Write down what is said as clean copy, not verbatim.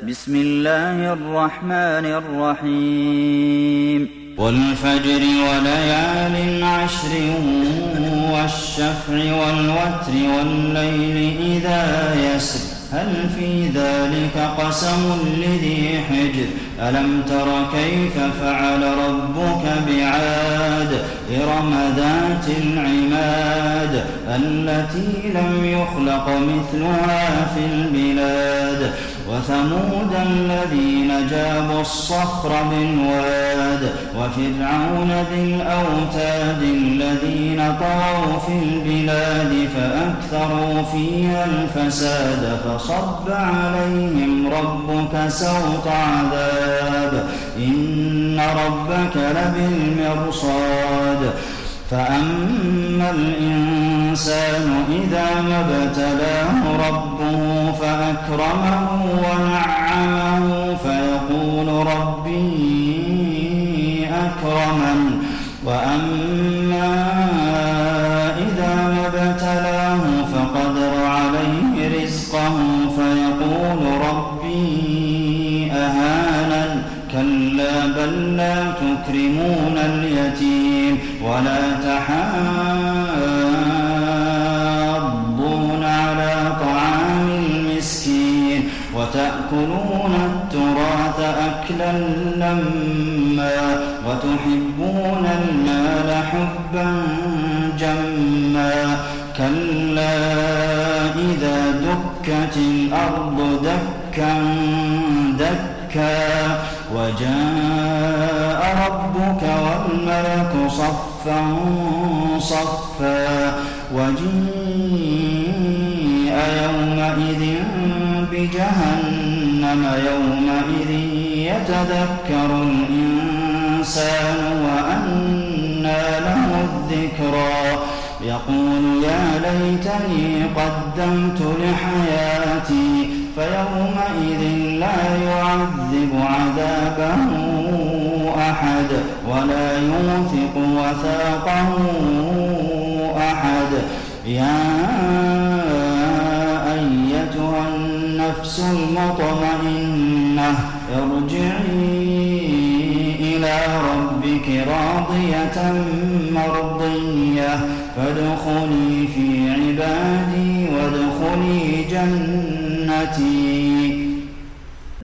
بسم الله الرحمن الرحيم والفجر وليال عشر والشفع والوتر والليل إذا يسر هل في ذلك قسم لذي حجر ألم تر كيف فعل ربك بعاد إرم ذات العماد التي لم يخلق مثلها في البلاد وثمود الذين جابوا الصخر بالواد وفرعون ذي الأوتاد الذين طغوا في البلاد فأكثروا فيها الفساد فصب عليهم ربك سوط عذاب إن ربك لبالمرصاد فأما الإنسان إذا ما ابتلاه ربه فأكرمه ونعمه فيقول ربي أكرمن وأما إذا ما ابتلاه فقدر عليه رزقه فيقول ربي أهانن كلا بل لا تكرمون اليتيم ولا تحاضون على طعام المسكين وتأكلون التراث أكلا لما وتحبون المال حبا جما كلا إذا دكت الأرض دكا دكا وجاء ربك والملك صفا صفا وجيء يومئذ بجهنم يومئذ يتذكر الإنسان وأنى له الذكرى يقول يا ليتني قدمت لحياتي فيومئذ لا يعذب عذابه أحد ولا يوثق وثاقه أحد يا أيتها النفس المطمئنة ارجعي إلى ربك راضية مرضية فادخلي في عبادي وادخلي جنتي